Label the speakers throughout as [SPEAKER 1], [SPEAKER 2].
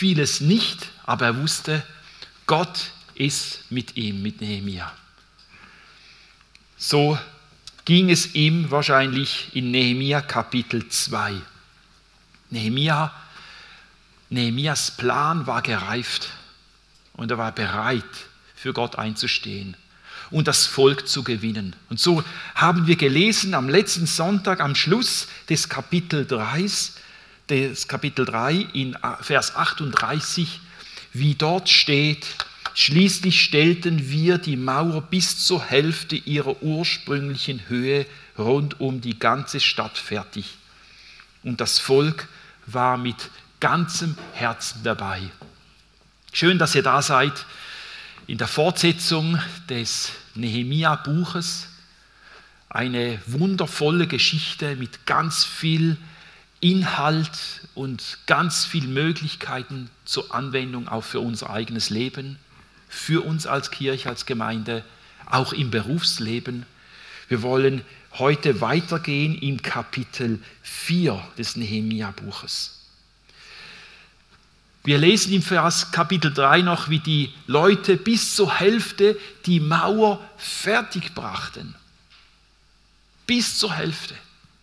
[SPEAKER 1] vieles nicht, aber er wusste, Gott ist mit ihm, mit Nehemia. So ging es ihm wahrscheinlich in Nehemia Kapitel 2. Nehemias Plan war gereift und er war bereit, für Gott einzustehen und das Volk zu gewinnen. Und so haben wir gelesen am letzten Sonntag am Schluss des Kapitel 3 in Vers 38, wie dort steht: Schließlich stellten wir die Mauer bis zur Hälfte ihrer ursprünglichen Höhe rund um die ganze Stadt fertig. Und das Volk war mit ganzem Herzen dabei. Schön, dass ihr da seid in der Fortsetzung des Nehemia-Buches. Eine wundervolle Geschichte mit ganz viel Inhalt und ganz viel Möglichkeiten zur Anwendung auch für unser eigenes Leben, für uns als Kirche, als Gemeinde, auch im Berufsleben. Wir wollen heute weitergehen im Kapitel 4 des Nehemia-Buches. Wir lesen im Vers Kapitel 3 noch, wie die Leute bis zur Hälfte die Mauer fertig brachten. Bis zur Hälfte.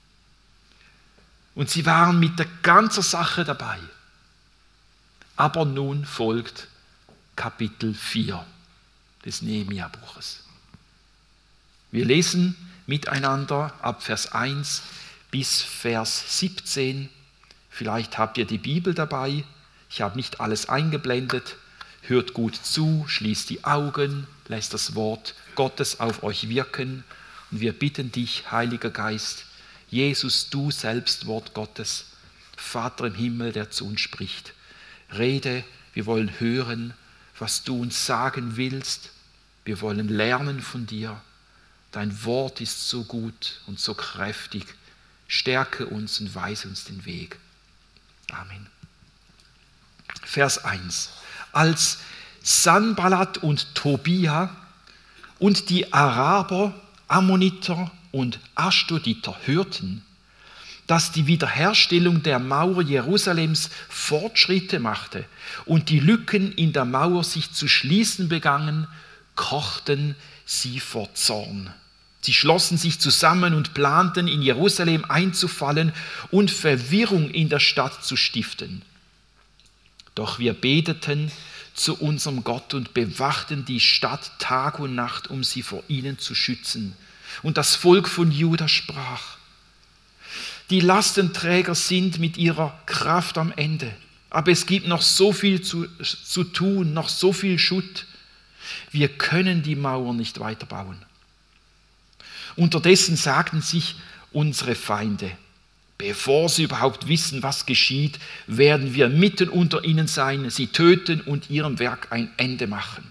[SPEAKER 1] Und sie waren mit der ganzen Sache dabei. Aber nun folgt Kapitel 4 des Nehemia-Buches. Wir lesen miteinander ab Vers 1 bis Vers 17. Vielleicht habt ihr die Bibel dabei. Ich habe nicht alles eingeblendet. Hört gut zu, schließt die Augen, lässt das Wort Gottes auf euch wirken. Und wir bitten dich, Heiliger Geist, Jesus, du selbst Wort Gottes, Vater im Himmel, der zu uns spricht. Rede, wir wollen hören, was du uns sagen willst. Wir wollen lernen von dir. Dein Wort ist so gut und so kräftig. Stärke uns und weise uns den Weg. Amen. Vers 1. Als Sanballat und Tobia und die Araber, Ammoniter und Aschdoditer hörten, dass die Wiederherstellung der Mauer Jerusalems Fortschritte machte und die Lücken in der Mauer sich zu schließen begannen, kochten sie vor Zorn. Sie schlossen sich zusammen und planten, in Jerusalem einzufallen und Verwirrung in der Stadt zu stiften. Doch wir beteten zu unserem Gott und bewachten die Stadt Tag und Nacht, um sie vor ihnen zu schützen. Und das Volk von Juda sprach: Die Lastenträger sind mit ihrer Kraft am Ende, aber es gibt noch so viel zu tun, noch so viel Schutt. Wir können die Mauer nicht weiterbauen. Unterdessen sagten sich unsere Feinde: Bevor sie überhaupt wissen, was geschieht, werden wir mitten unter ihnen sein, sie töten und ihrem Werk ein Ende machen.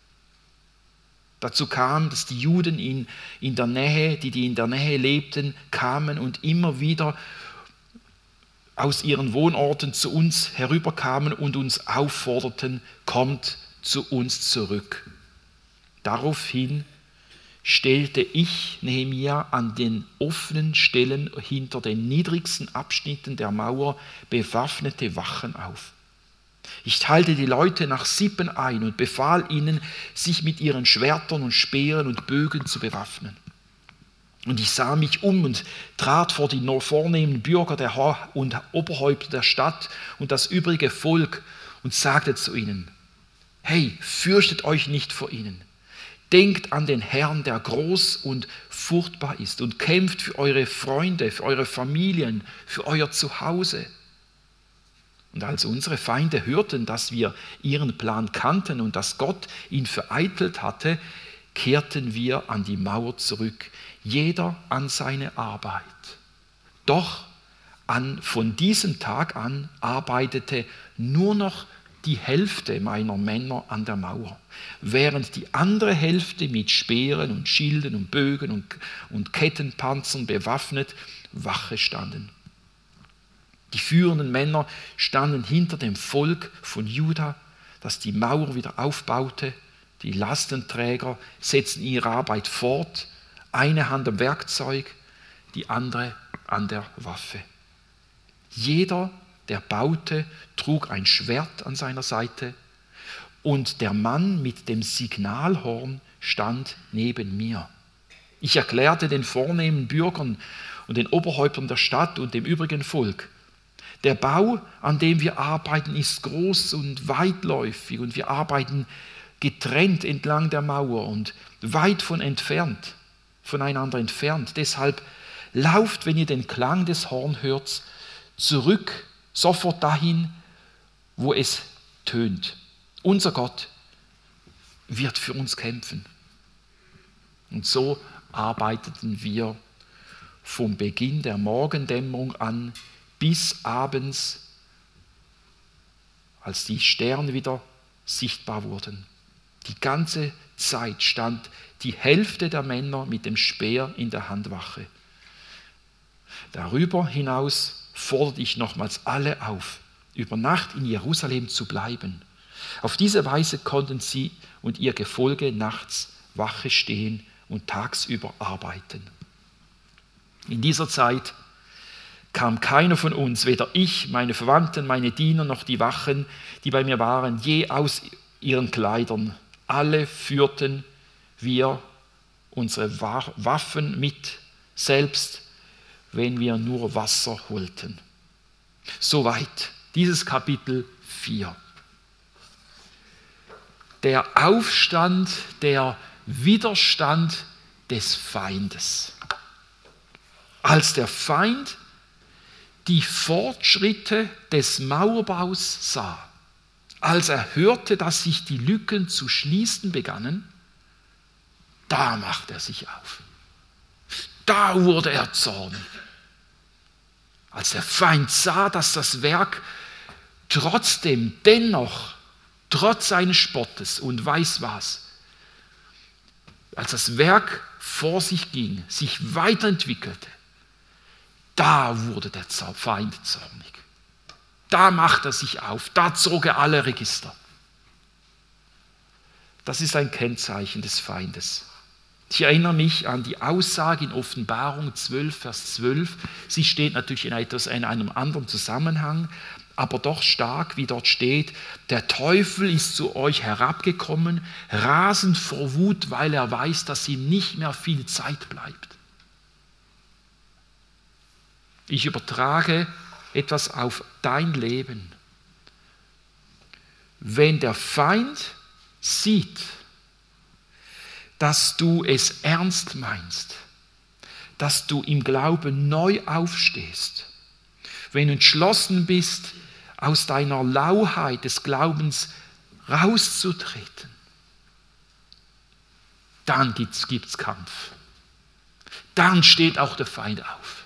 [SPEAKER 1] Dazu kam, dass die Juden die in der Nähe lebten, kamen und immer wieder aus ihren Wohnorten zu uns herüberkamen und uns aufforderten: Kommt zu uns zurück. Daraufhin stellte ich, Nehemia, an den offenen Stellen hinter den niedrigsten Abschnitten der Mauer bewaffnete Wachen auf. Ich teilte die Leute nach Sippen ein und befahl ihnen, sich mit ihren Schwertern und Speeren und Bögen zu bewaffnen. Und ich sah mich um und trat vor die vornehmen Bürger und Oberhäupter der Stadt und das übrige Volk und sagte zu ihnen: Hey, fürchtet euch nicht vor ihnen. Denkt an den Herrn, der groß und furchtbar ist, und kämpft für eure Freunde, für eure Familien, für euer Zuhause. Und als unsere Feinde hörten, dass wir ihren Plan kannten und dass Gott ihn vereitelt hatte, kehrten wir an die Mauer zurück, jeder an seine Arbeit. Doch von diesem Tag an arbeitete nur noch die Hälfte meiner Männer an der Mauer, während die andere Hälfte mit Speeren und Schilden und Bögen und Kettenpanzern bewaffnet Wache standen. Die führenden Männer standen hinter dem Volk von Juda, das die Mauer wieder aufbaute. Die Lastenträger setzten ihre Arbeit fort, eine Hand am Werkzeug, die andere an der Waffe. Jeder, der baute, trug ein Schwert an seiner Seite, und der Mann mit dem Signalhorn stand neben mir. Ich erklärte den vornehmen Bürgern und den Oberhäuptern der Stadt und dem übrigen Volk: Der Bau, an dem wir arbeiten, ist groß und weitläufig, und wir arbeiten getrennt entlang der Mauer und weit voneinander entfernt. Deshalb lauft, wenn ihr den Klang des Horns hört, zurück, sofort dahin, wo es tönt. Unser Gott wird für uns kämpfen. Und so arbeiteten wir vom Beginn der Morgendämmerung an bis abends, als die Sterne wieder sichtbar wurden. Die ganze Zeit stand die Hälfte der Männer mit dem Speer in der Handwache. Darüber hinaus forderte ich nochmals alle auf, über Nacht in Jerusalem zu bleiben. Auf diese Weise konnten sie und ihr Gefolge nachts Wache stehen und tagsüber arbeiten. In dieser Zeit kam keiner von uns, weder ich, meine Verwandten, meine Diener noch die Wachen, die bei mir waren, je aus ihren Kleidern. Alle führten wir unsere Waffen mit, selbst wenn wir nur Wasser holten. Soweit dieses Kapitel 4. Der Aufstand, der Widerstand des Feindes. Als der Feind die Fortschritte des Mauerbaus sah, als er hörte, dass sich die Lücken zu schließen begannen, da machte er sich auf. Da wurde er zornig. Als der Feind sah, dass das Werk trotzdem, dennoch, trotz seines Spottes und weiß was, als das Werk vor sich ging, sich weiterentwickelte, da wurde der Feind zornig. Da machte er sich auf, da zog er alle Register. Das ist ein Kennzeichen des Feindes. Ich erinnere mich an die Aussage in Offenbarung 12, Vers 12. Sie steht natürlich in einem anderen Zusammenhang, aber doch stark, wie dort steht: Der Teufel ist zu euch herabgekommen, rasend vor Wut, weil er weiß, dass ihm nicht mehr viel Zeit bleibt. Ich übertrage etwas auf dein Leben. Wenn der Feind sieht, dass du es ernst meinst, dass du im Glauben neu aufstehst, wenn du entschlossen bist, aus deiner Lauheit des Glaubens rauszutreten, dann gibt's Kampf. Dann steht auch der Feind auf.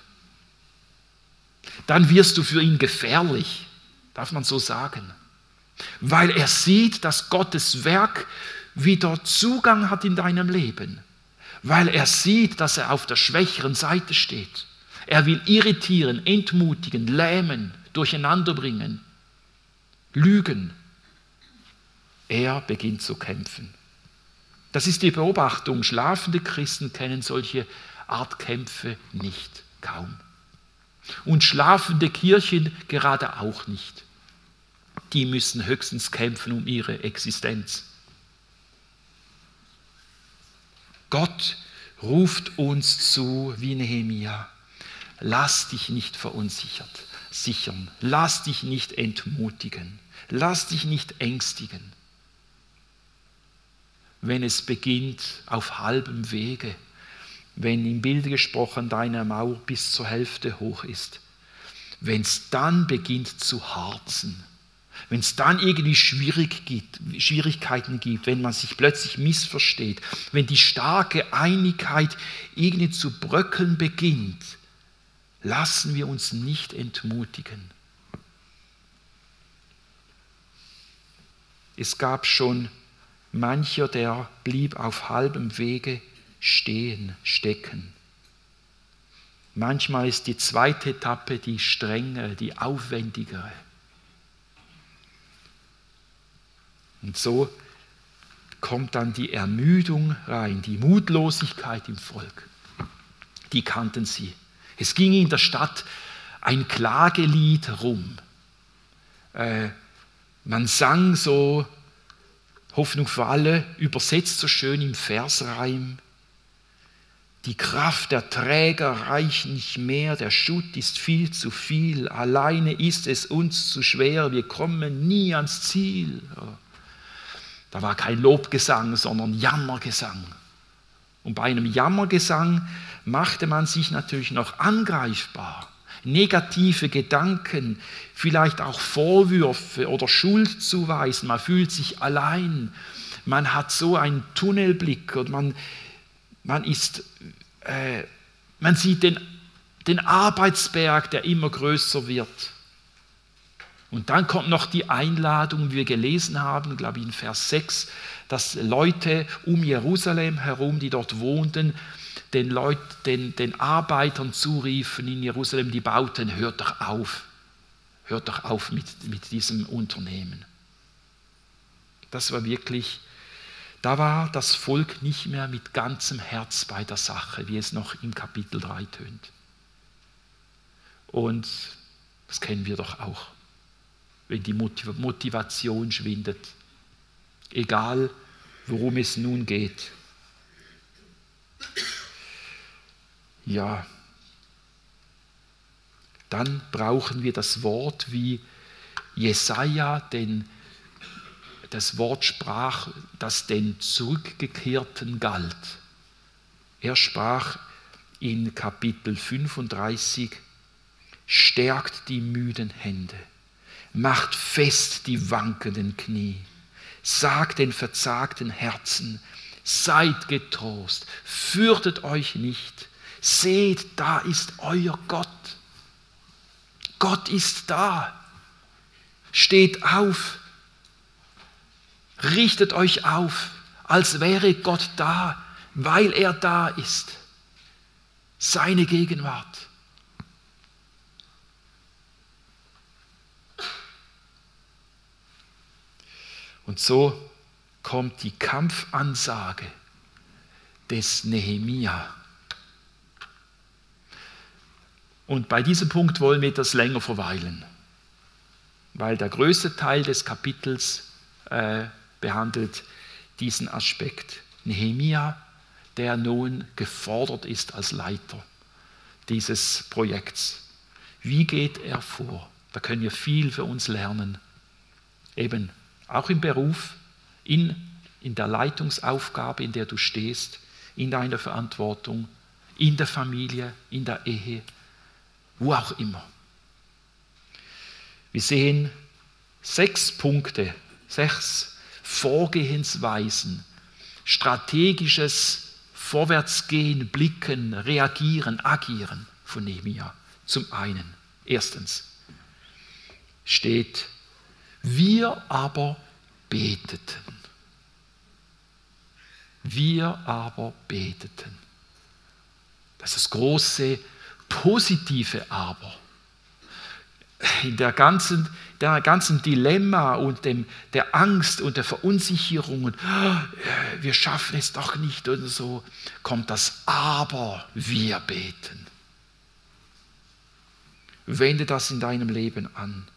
[SPEAKER 1] Dann wirst du für ihn gefährlich, darf man so sagen, weil er sieht, dass Gottes Werk wieder Zugang hat in deinem Leben, weil er sieht, dass er auf der schwächeren Seite steht. Er will irritieren, entmutigen, lähmen, durcheinanderbringen, lügen. Er beginnt zu kämpfen. Das ist die Beobachtung. Schlafende Christen kennen solche Art Kämpfe nicht, kaum. Und schlafende Kirchen gerade auch nicht. Die müssen höchstens kämpfen um ihre Existenz. Gott ruft uns zu wie Nehemia: Lass dich nicht verunsichern, lass dich nicht entmutigen, lass dich nicht ängstigen. Wenn es beginnt auf halbem Wege, wenn im Bilde gesprochen deine Mauer bis zur Hälfte hoch ist, wenn es dann beginnt zu harzen, wenn es dann irgendwie Schwierigkeiten gibt, wenn man sich plötzlich missversteht, wenn die starke Einigkeit irgendwie zu bröckeln beginnt, lassen wir uns nicht entmutigen. Es gab schon mancher, der blieb auf halbem Wege stecken. Manchmal ist die zweite Etappe die strengere, die aufwendigere. Und so kommt dann die Ermüdung rein, die Mutlosigkeit im Volk. Die kannten sie. Es ging in der Stadt ein Klagelied rum. Man sang so, Hoffnung für alle, übersetzt so schön im Versreim. Die Kraft der Träger reicht nicht mehr, der Schutt ist viel zu viel, alleine ist es uns zu schwer, wir kommen nie ans Ziel. Da war kein Lobgesang, sondern Jammergesang. Und bei einem Jammergesang machte man sich natürlich noch angreifbar. Negative Gedanken, vielleicht auch Vorwürfe oder Schuldzuweisen, man fühlt sich allein, man hat so einen Tunnelblick und man sieht den Arbeitsberg, der immer größer wird. Und dann kommt noch die Einladung, wie wir gelesen haben, glaube ich in Vers 6, dass Leute um Jerusalem herum, die dort wohnten, den Arbeitern zuriefen in Jerusalem, die bauten, hört doch auf mit diesem Unternehmen. Das war wirklich, da war das Volk nicht mehr mit ganzem Herz bei der Sache, wie es noch im Kapitel 3 tönt. Und das kennen wir doch auch, wenn die Motivation schwindet, egal worum es nun geht. Ja, dann brauchen wir das Wort, wie Jesaja das Wort sprach, das den Zurückgekehrten galt. Er sprach in Kapitel 35, stärkt die müden Hände, macht fest die wankenden Knie, sagt den verzagten Herzen, seid getrost, fürchtet euch nicht, seht, da ist euer Gott. Gott ist da. Steht auf, richtet euch auf, als wäre Gott da, weil er da ist. Seine Gegenwart. Und so kommt die Kampfansage des Nehemia. Und bei diesem Punkt wollen wir etwas länger verweilen, weil der größte Teil des Kapitels behandelt diesen Aspekt. Nehemia, der nun gefordert ist als Leiter dieses Projekts. Wie geht er vor? Da können wir viel für uns lernen. Eben auch im Beruf, in der Leitungsaufgabe, in der du stehst, in deiner Verantwortung, in der Familie, in der Ehe, wo auch immer. Wir sehen 6 Punkte, 6 Vorgehensweisen, strategisches Vorwärtsgehen, Blicken, Reagieren, Agieren von Nehemia. Zum einen, erstens, steht, wir aber beteten. Wir aber beteten. Das ist das große positive Aber. In der ganzen Dilemma und der Angst und der Verunsicherung und wir schaffen es doch nicht oder so, kommt das Aber, wir beten. Wende das in deinem Leben an.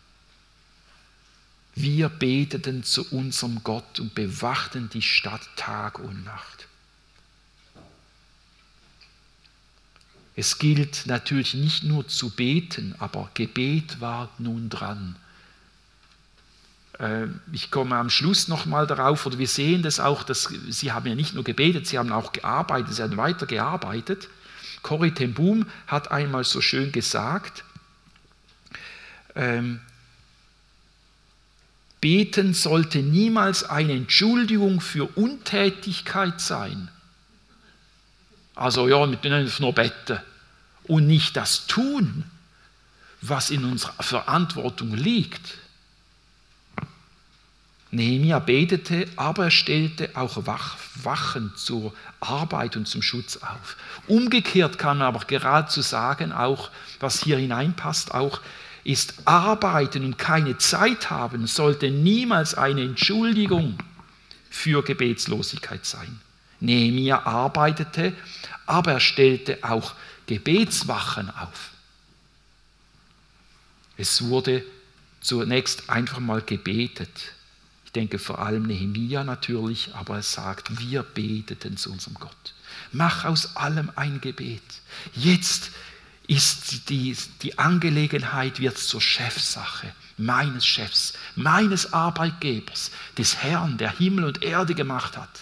[SPEAKER 1] Wir beteten zu unserem Gott und bewachten die Stadt Tag und Nacht. Es gilt natürlich nicht nur zu beten, aber Gebet war nun dran. Ich komme am Schluss nochmal darauf, oder wir sehen das auch, dass sie haben ja nicht nur gebetet, sie haben auch gearbeitet, sie haben weiter gearbeitet. Corrie ten Boom hat einmal so schön gesagt, Beten sollte niemals eine Entschuldigung für Untätigkeit sein. Also ja, mit denen nur beten. Und nicht das tun, was in unserer Verantwortung liegt. Nehemia betete, aber er stellte auch Wachen zur Arbeit und zum Schutz auf. Umgekehrt kann man aber geradezu sagen, auch was hier hineinpasst, auch ist Arbeiten und keine Zeit haben, sollte niemals eine Entschuldigung für Gebetslosigkeit sein. Nehemia arbeitete, aber er stellte auch Gebetswachen auf. Es wurde zunächst einfach mal gebetet. Ich denke vor allem Nehemia natürlich, aber er sagt, wir beteten zu unserem Gott. Mach aus allem ein Gebet. Jetzt ist die Angelegenheit wird zur Chefsache meines Chefs, meines Arbeitgebers, des Herrn, der Himmel und Erde gemacht hat.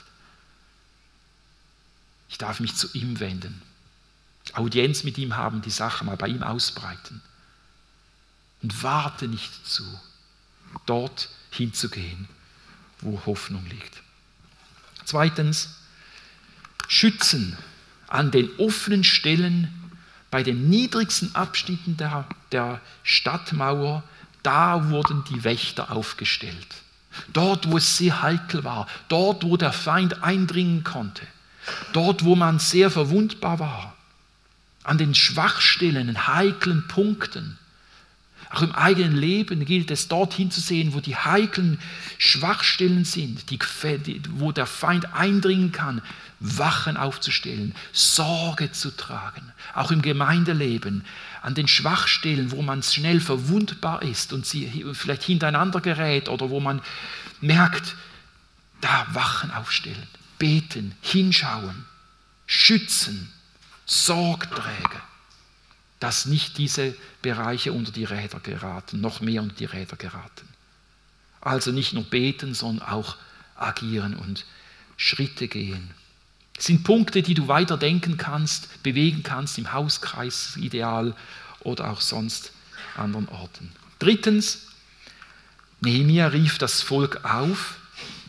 [SPEAKER 1] Ich darf mich zu ihm wenden, Audienz mit ihm haben, die Sache mal bei ihm ausbreiten und warte nicht zu, dort hinzugehen, wo Hoffnung liegt. Zweitens, schützen an den offenen Stellen, bei den niedrigsten Abschnitten der Stadtmauer, da wurden die Wächter aufgestellt. Dort, wo es sehr heikel war, dort, wo der Feind eindringen konnte, dort, wo man sehr verwundbar war, an den Schwachstellen, heiklen Punkten. Auch im eigenen Leben gilt es, dorthin zu sehen, wo die heiklen Schwachstellen sind, wo der Feind eindringen kann, Wachen aufzustellen, Sorge zu tragen. Auch im Gemeindeleben, an den Schwachstellen, wo man schnell verwundbar ist und sie vielleicht hintereinander gerät oder wo man merkt, da Wachen aufstellen, beten, hinschauen, schützen, Sorgträger, dass nicht diese Bereiche unter die Räder geraten, noch mehr unter die Räder geraten. Also nicht nur beten, sondern auch agieren und Schritte gehen. Es sind Punkte, die du weiterdenken kannst, bewegen kannst, im Hauskreis ideal oder auch sonst anderen Orten. Drittens, Nehemia rief das Volk auf,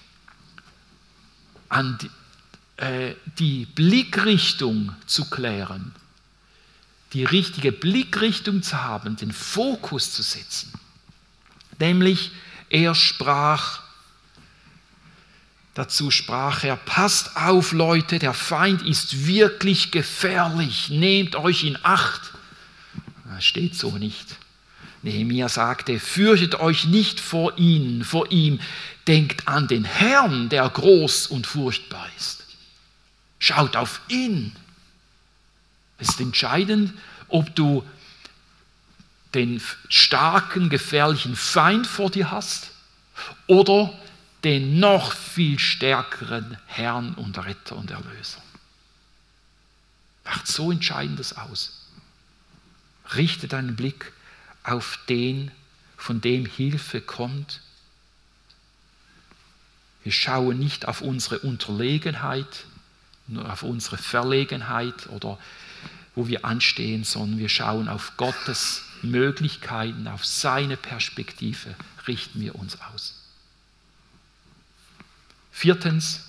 [SPEAKER 1] an die Blickrichtung zu klären, die richtige Blickrichtung zu haben, den Fokus zu setzen. Nämlich, dazu sprach er, passt auf Leute, der Feind ist wirklich gefährlich, nehmt euch in Acht. Das steht so nicht. Nehemia sagte, fürchtet euch nicht vor ihm, denkt an den Herrn, der groß und furchtbar ist. Schaut auf ihn. Es ist entscheidend, ob du den starken, gefährlichen Feind vor dir hast oder den noch viel stärkeren Herrn und Retter und Erlöser. Macht so Entscheidendes aus. Richte deinen Blick auf den, von dem Hilfe kommt. Wir schauen nicht auf unsere Unterlegenheit, nur auf unsere Verlegenheit oder wo wir anstehen, sondern wir schauen auf Gottes Möglichkeiten, auf seine Perspektive, richten wir uns aus. Viertens,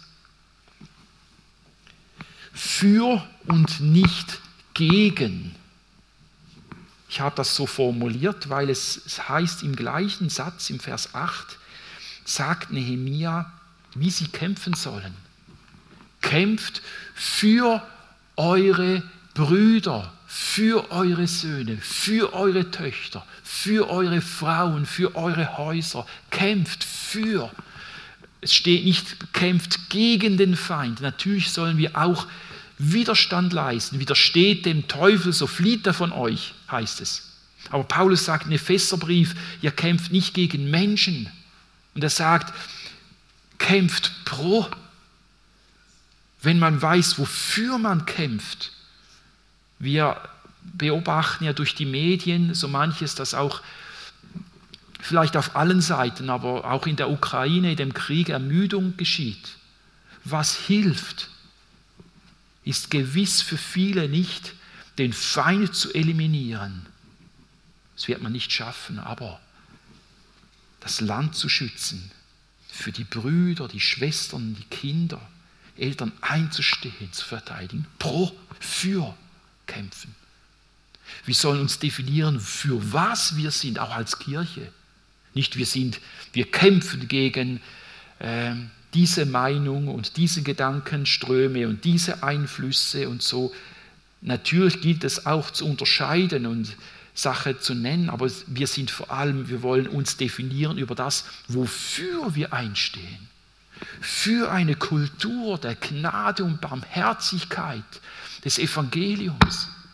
[SPEAKER 1] für und nicht gegen. Ich habe das so formuliert, weil es heißt im gleichen Satz, im Vers 8, sagt Nehemia, wie sie kämpfen sollen. Kämpft für eure Brüder, für eure Söhne, für eure Töchter, für eure Frauen, für eure Häuser. Kämpft für. Es steht nicht, kämpft gegen den Feind. Natürlich sollen wir auch Widerstand leisten. Widersteht dem Teufel, so flieht er von euch, heißt es. Aber Paulus sagt im Epheserbrief, ihr kämpft nicht gegen Menschen. Und er sagt, kämpft pro. Wenn man weiß, wofür man kämpft. Wir beobachten ja durch die Medien so manches, das auch vielleicht auf allen Seiten, aber auch in der Ukraine, in dem Krieg, Ermüdung geschieht. Was hilft, ist gewiss für viele nicht, den Feind zu eliminieren. Das wird man nicht schaffen, aber das Land zu schützen, für die Brüder, die Schwestern, die Kinder, Eltern einzustehen, zu verteidigen, für kämpfen. Wir sollen uns definieren, für was wir sind, auch als Kirche. Nicht wir kämpfen gegen diese Meinung und diese Gedankenströme und diese Einflüsse und so. Natürlich gilt es auch zu unterscheiden und Sache zu nennen, aber wir wollen uns definieren über das, wofür wir einstehen. Für eine Kultur der Gnade und Barmherzigkeit des Evangeliums.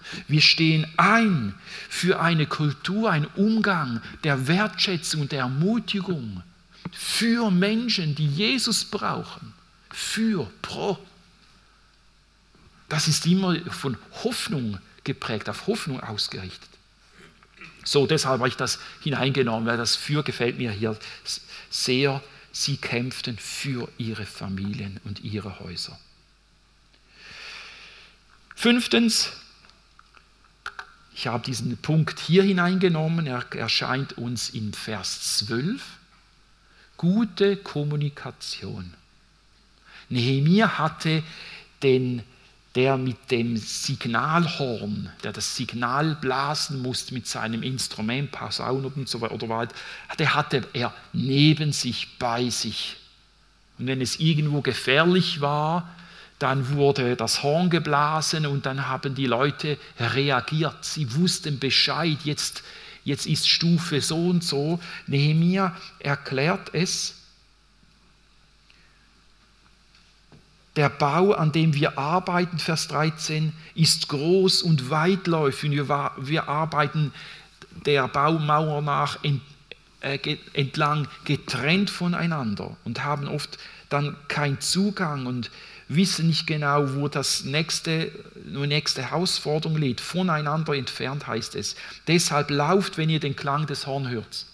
[SPEAKER 1] Wir stehen ein für eine Kultur, einen Umgang der Wertschätzung, der Ermutigung, für Menschen, die Jesus brauchen, pro. Das ist immer von Hoffnung geprägt, auf Hoffnung ausgerichtet. So, deshalb habe ich das hineingenommen, weil das für gefällt mir hier sehr. Sie kämpften für ihre Familien und ihre Häuser. 5. Ich habe diesen Punkt hier hineingenommen, er erscheint uns in Vers 12. Gute Kommunikation. Nehemia hatte der mit dem Signalhorn, der das Signal blasen musste mit seinem Instrument, Posaune und so weiter, der hatte er neben sich, bei sich. Und wenn es irgendwo gefährlich war, dann wurde das Horn geblasen und dann haben die Leute reagiert. Sie wussten Bescheid, jetzt ist Stufe so und so. Nehemia erklärt es. Der Bau, an dem wir arbeiten, Vers 13, ist groß und weitläufig. Wir arbeiten der Baumauer nach entlang getrennt voneinander und haben oft dann keinen Zugang und wissen nicht genau, wo die nächste Herausforderung liegt. Voneinander entfernt heißt es. Deshalb lauft, wenn ihr den Klang des Horns hört.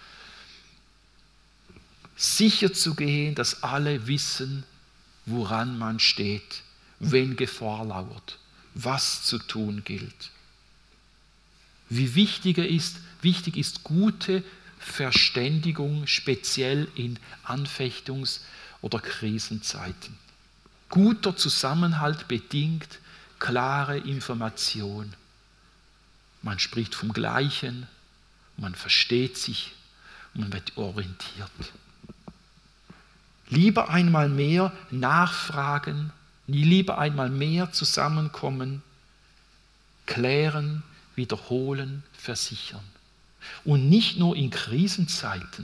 [SPEAKER 1] Sicher zu gehen, dass alle wissen, woran man steht, wenn Gefahr lauert, was zu tun gilt. Wie wichtig ist gute Verständigung, speziell in Anfechtungs- oder Krisenzeiten. Guter Zusammenhalt bedingt klare Information. Man spricht vom Gleichen, man versteht sich und man wird orientiert. Lieber einmal mehr nachfragen, lieber einmal mehr zusammenkommen, klären, wiederholen, versichern. Und nicht nur in Krisenzeiten.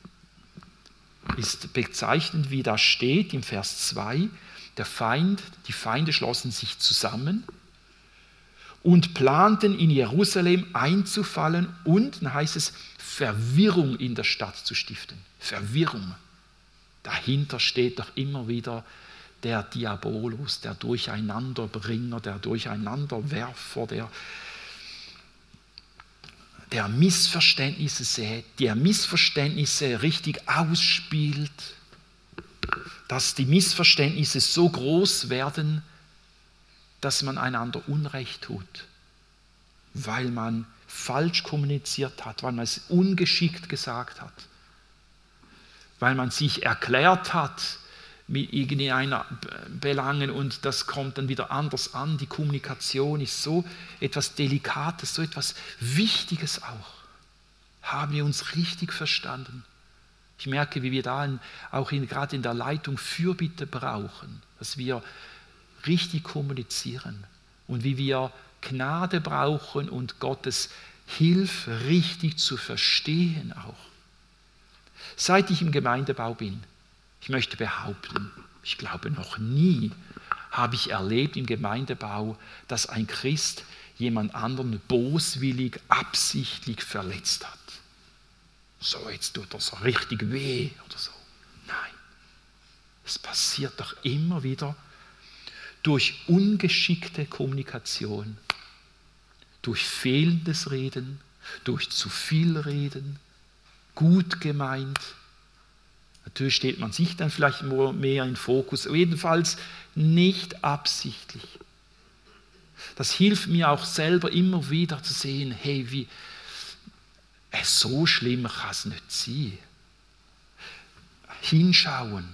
[SPEAKER 1] Ist bezeichnend, wie da steht im Vers 2, die Feinde schlossen sich zusammen und planten in Jerusalem einzufallen und, dann heißt es, Verwirrung in der Stadt zu stiften. Verwirrung. Dahinter steht doch immer wieder der Diabolus, der Durcheinanderbringer, der Durcheinanderwerfer, der Missverständnisse sät, der Missverständnisse richtig ausspielt, dass die Missverständnisse so groß werden, dass man einander Unrecht tut, weil man falsch kommuniziert hat, weil man es ungeschickt gesagt hat, weil man sich erklärt hat mit irgendeiner Belangen und das kommt dann wieder anders an. Die Kommunikation ist so etwas Delikates, so etwas Wichtiges auch. Haben wir uns richtig verstanden? Ich merke, wie wir da gerade in der Leitung Fürbitte brauchen, dass wir richtig kommunizieren und wie wir Gnade brauchen und Gottes Hilfe richtig zu verstehen auch. Seit ich im Gemeindebau bin, ich möchte behaupten, ich glaube noch nie habe ich erlebt im Gemeindebau, dass ein Christ jemand anderen boswillig, absichtlich verletzt hat. So, jetzt tut das so richtig weh oder so. Nein, es passiert doch immer wieder durch ungeschickte Kommunikation, durch fehlendes Reden, durch zu viel Reden, gut gemeint. Natürlich stellt man sich dann vielleicht mehr in Fokus, jedenfalls nicht absichtlich. Das hilft mir auch selber immer wieder zu sehen, hey, so schlimm kann es nicht sein. Hinschauen,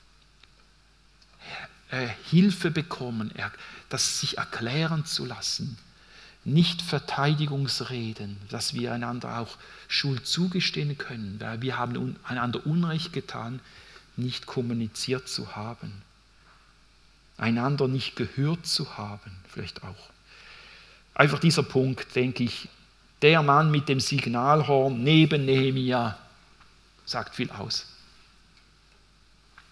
[SPEAKER 1] Hilfe bekommen, das sich erklären zu lassen, nicht Verteidigungsreden, dass wir einander auch Schuld zugestehen können, weil wir haben einander Unrecht getan, nicht kommuniziert zu haben, einander nicht gehört zu haben, vielleicht auch. Einfach dieser Punkt, denke ich, der Mann mit dem Signalhorn neben Nehemia sagt viel aus.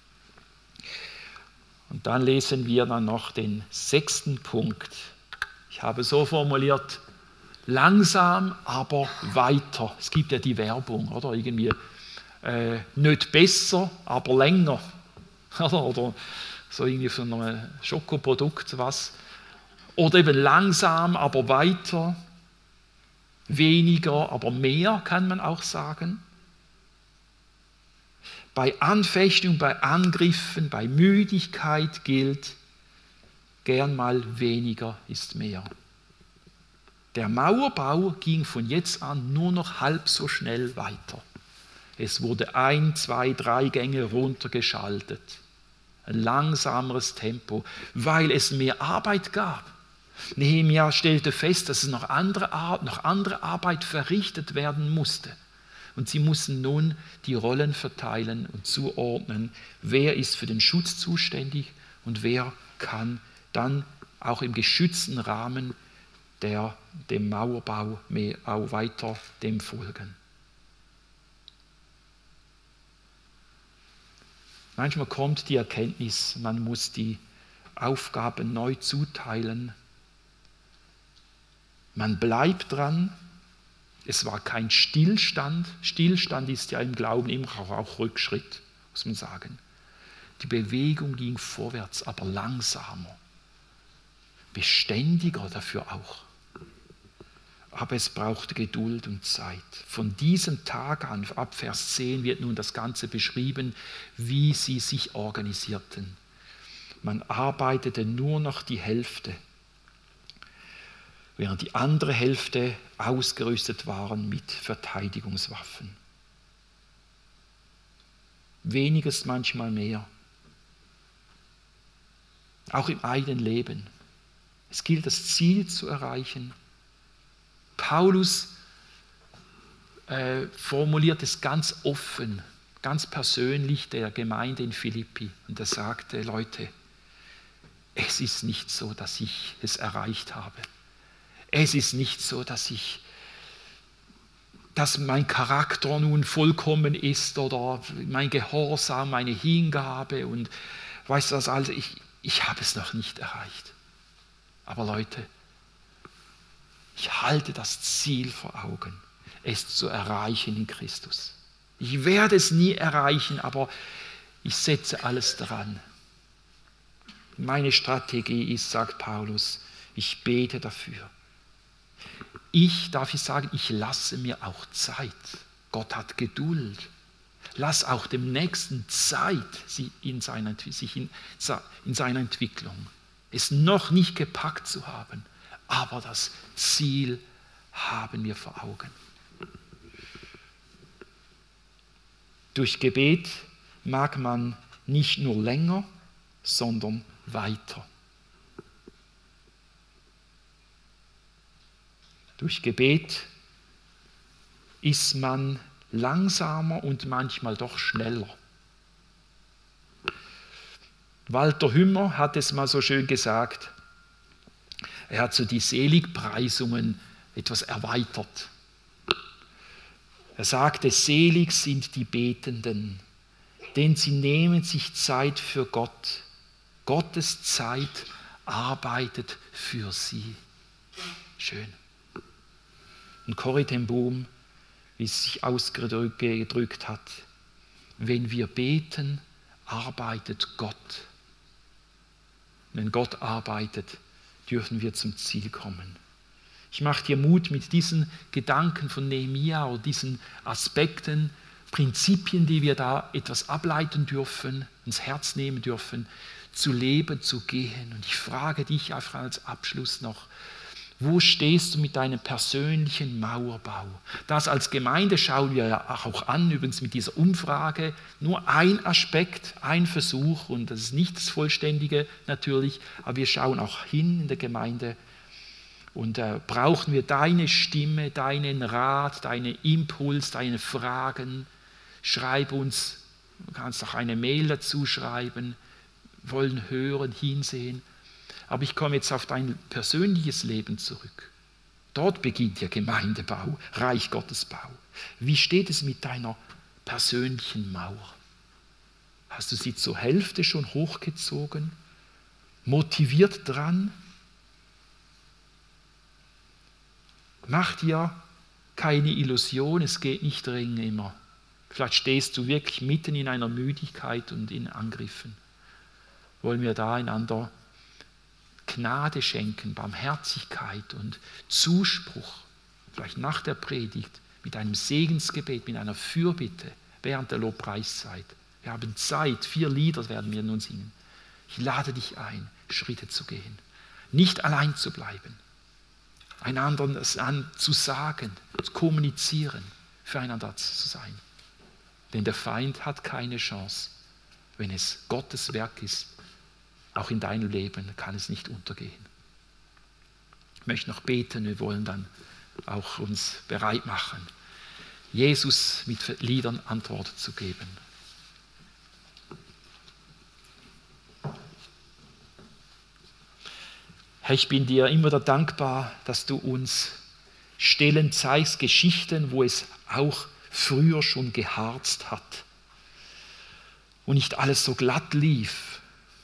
[SPEAKER 1] Und dann lesen wir dann noch den 6. Punkt. Ich habe so formuliert, langsam, aber weiter. Es gibt ja die Werbung, oder? Irgendwie nicht besser, aber länger. Oder so irgendwie von einem Schokoprodukt, was. Oder eben langsam, aber weiter. Weniger, aber mehr, kann man auch sagen. Bei Anfechtung, bei Angriffen, bei Müdigkeit gilt, gern mal weniger ist mehr. Der Mauerbau ging von jetzt an nur noch halb so schnell weiter. Es wurde 1, 2, 3 Gänge runtergeschaltet. Ein langsameres Tempo, weil es mehr Arbeit gab. Nehemia stellte fest, dass es noch andere Arbeit verrichtet werden musste. Und sie mussten nun die Rollen verteilen und zuordnen, wer ist für den Schutz zuständig und wer kann dann auch im geschützten Rahmen dem Mauerbau auch weiter dem folgen. Manchmal kommt die Erkenntnis, man muss die Aufgaben neu zuteilen. Man bleibt dran. Es war kein Stillstand. Stillstand ist ja im Glauben immer auch Rückschritt, muss man sagen. Die Bewegung ging vorwärts, aber langsamer. Beständiger dafür auch. Aber es brauchte Geduld und Zeit. Von diesem Tag an, ab Vers 10, wird nun das Ganze beschrieben, wie sie sich organisierten. Man arbeitete nur noch die Hälfte, während die andere Hälfte ausgerüstet waren mit Verteidigungswaffen. Weniges, manchmal mehr. Auch im eigenen Leben. Es gilt, das Ziel zu erreichen. Paulus formuliert es ganz offen, ganz persönlich der Gemeinde in Philippi. Und er sagte, Leute, es ist nicht so, dass ich es erreicht habe. Es ist nicht so, dass mein Charakter nun vollkommen ist oder mein Gehorsam, meine Hingabe und weißt du was, also ich habe es noch nicht erreicht. Aber Leute, ich halte das Ziel vor Augen, es zu erreichen in Christus. Ich werde es nie erreichen, aber ich setze alles dran. Meine Strategie ist, sagt Paulus, ich bete dafür. Darf ich sagen, ich lasse mir auch Zeit. Gott hat Geduld. Lass auch dem Nächsten Zeit in seiner Entwicklung. Es noch nicht gepackt zu haben, aber das Ziel haben wir vor Augen. Durch Gebet mag man nicht nur länger, sondern weiter. Durch Gebet ist man langsamer und manchmal doch schneller. Walter Hümmer hat es mal so schön gesagt. Er hat so die Seligpreisungen etwas erweitert. Er sagte, selig sind die Betenden, denn sie nehmen sich Zeit für Gott. Gottes Zeit arbeitet für sie. Schön. Und Corrie ten Boom, wie es sich ausgedrückt hat, wenn wir beten, arbeitet Gott. Wenn Gott arbeitet, dürfen wir zum Ziel kommen. Ich mache dir Mut mit diesen Gedanken von Nehemia oder diesen Aspekten, Prinzipien, die wir da etwas ableiten dürfen, ins Herz nehmen dürfen, zu leben, zu gehen. Und ich frage dich einfach als Abschluss noch, wo stehst du mit deinem persönlichen Mauerbau? Das als Gemeinde schauen wir ja auch an, übrigens mit dieser Umfrage. Nur ein Aspekt, ein Versuch und das ist nicht das Vollständige natürlich, aber wir schauen auch hin in der Gemeinde und brauchen wir deine Stimme, deinen Rat, deinen Impuls, deine Fragen. Schreib uns, du kannst auch eine Mail dazu schreiben, wollen hören, hinsehen. Aber ich komme jetzt auf dein persönliches Leben zurück. Dort beginnt der Gemeindebau, Reich Gottes Bau. Wie steht es mit deiner persönlichen Mauer? Hast du sie zur Hälfte schon hochgezogen? Motiviert dran? Mach dir keine Illusion, es geht nicht dringend immer. Vielleicht stehst du wirklich mitten in einer Müdigkeit und in Angriffen. Wollen wir da einander Gnade schenken, Barmherzigkeit und Zuspruch, vielleicht nach der Predigt, mit einem Segensgebet, mit einer Fürbitte während der Lobpreiszeit. Wir haben Zeit, 4 Lieder werden wir nun singen. Ich lade dich ein, Schritte zu gehen, nicht allein zu bleiben, einander das zu sagen, zu kommunizieren, füreinander zu sein. Denn der Feind hat keine Chance, wenn es Gottes Werk ist. Auch in deinem Leben kann es nicht untergehen. Ich möchte noch beten, wir wollen dann auch uns bereit machen, Jesus mit Liedern Antwort zu geben. Herr, ich bin dir immer wieder dankbar, dass du uns Stellen zeigst, Geschichten, wo es auch früher schon geharzt hat und nicht alles so glatt lief,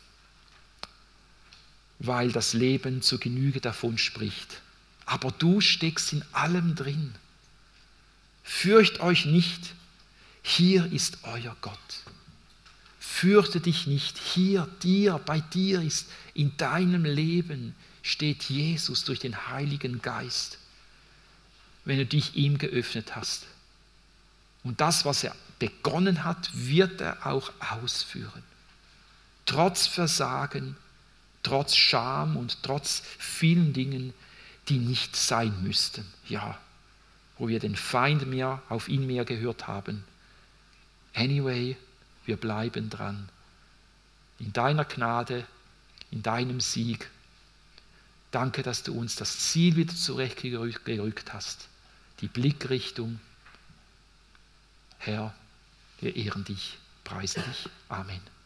[SPEAKER 1] weil das Leben zur Genüge davon spricht. Aber du steckst in allem drin. Fürcht euch nicht, hier ist euer Gott. Fürchte dich nicht, bei dir ist, in deinem Leben steht Jesus durch den Heiligen Geist, wenn du dich ihm geöffnet hast. Und das, was er begonnen hat, wird er auch ausführen. Trotz Versagen, trotz Scham und trotz vielen Dingen, die nicht sein müssten. Ja, wo wir den Feind auf ihn mehr gehört haben. Anyway, wir bleiben dran. In deiner Gnade, in deinem Sieg. Danke, dass du uns das Ziel wieder zurechtgerückt hast. Die Blickrichtung. Herr, wir ehren dich, preisen dich. Amen.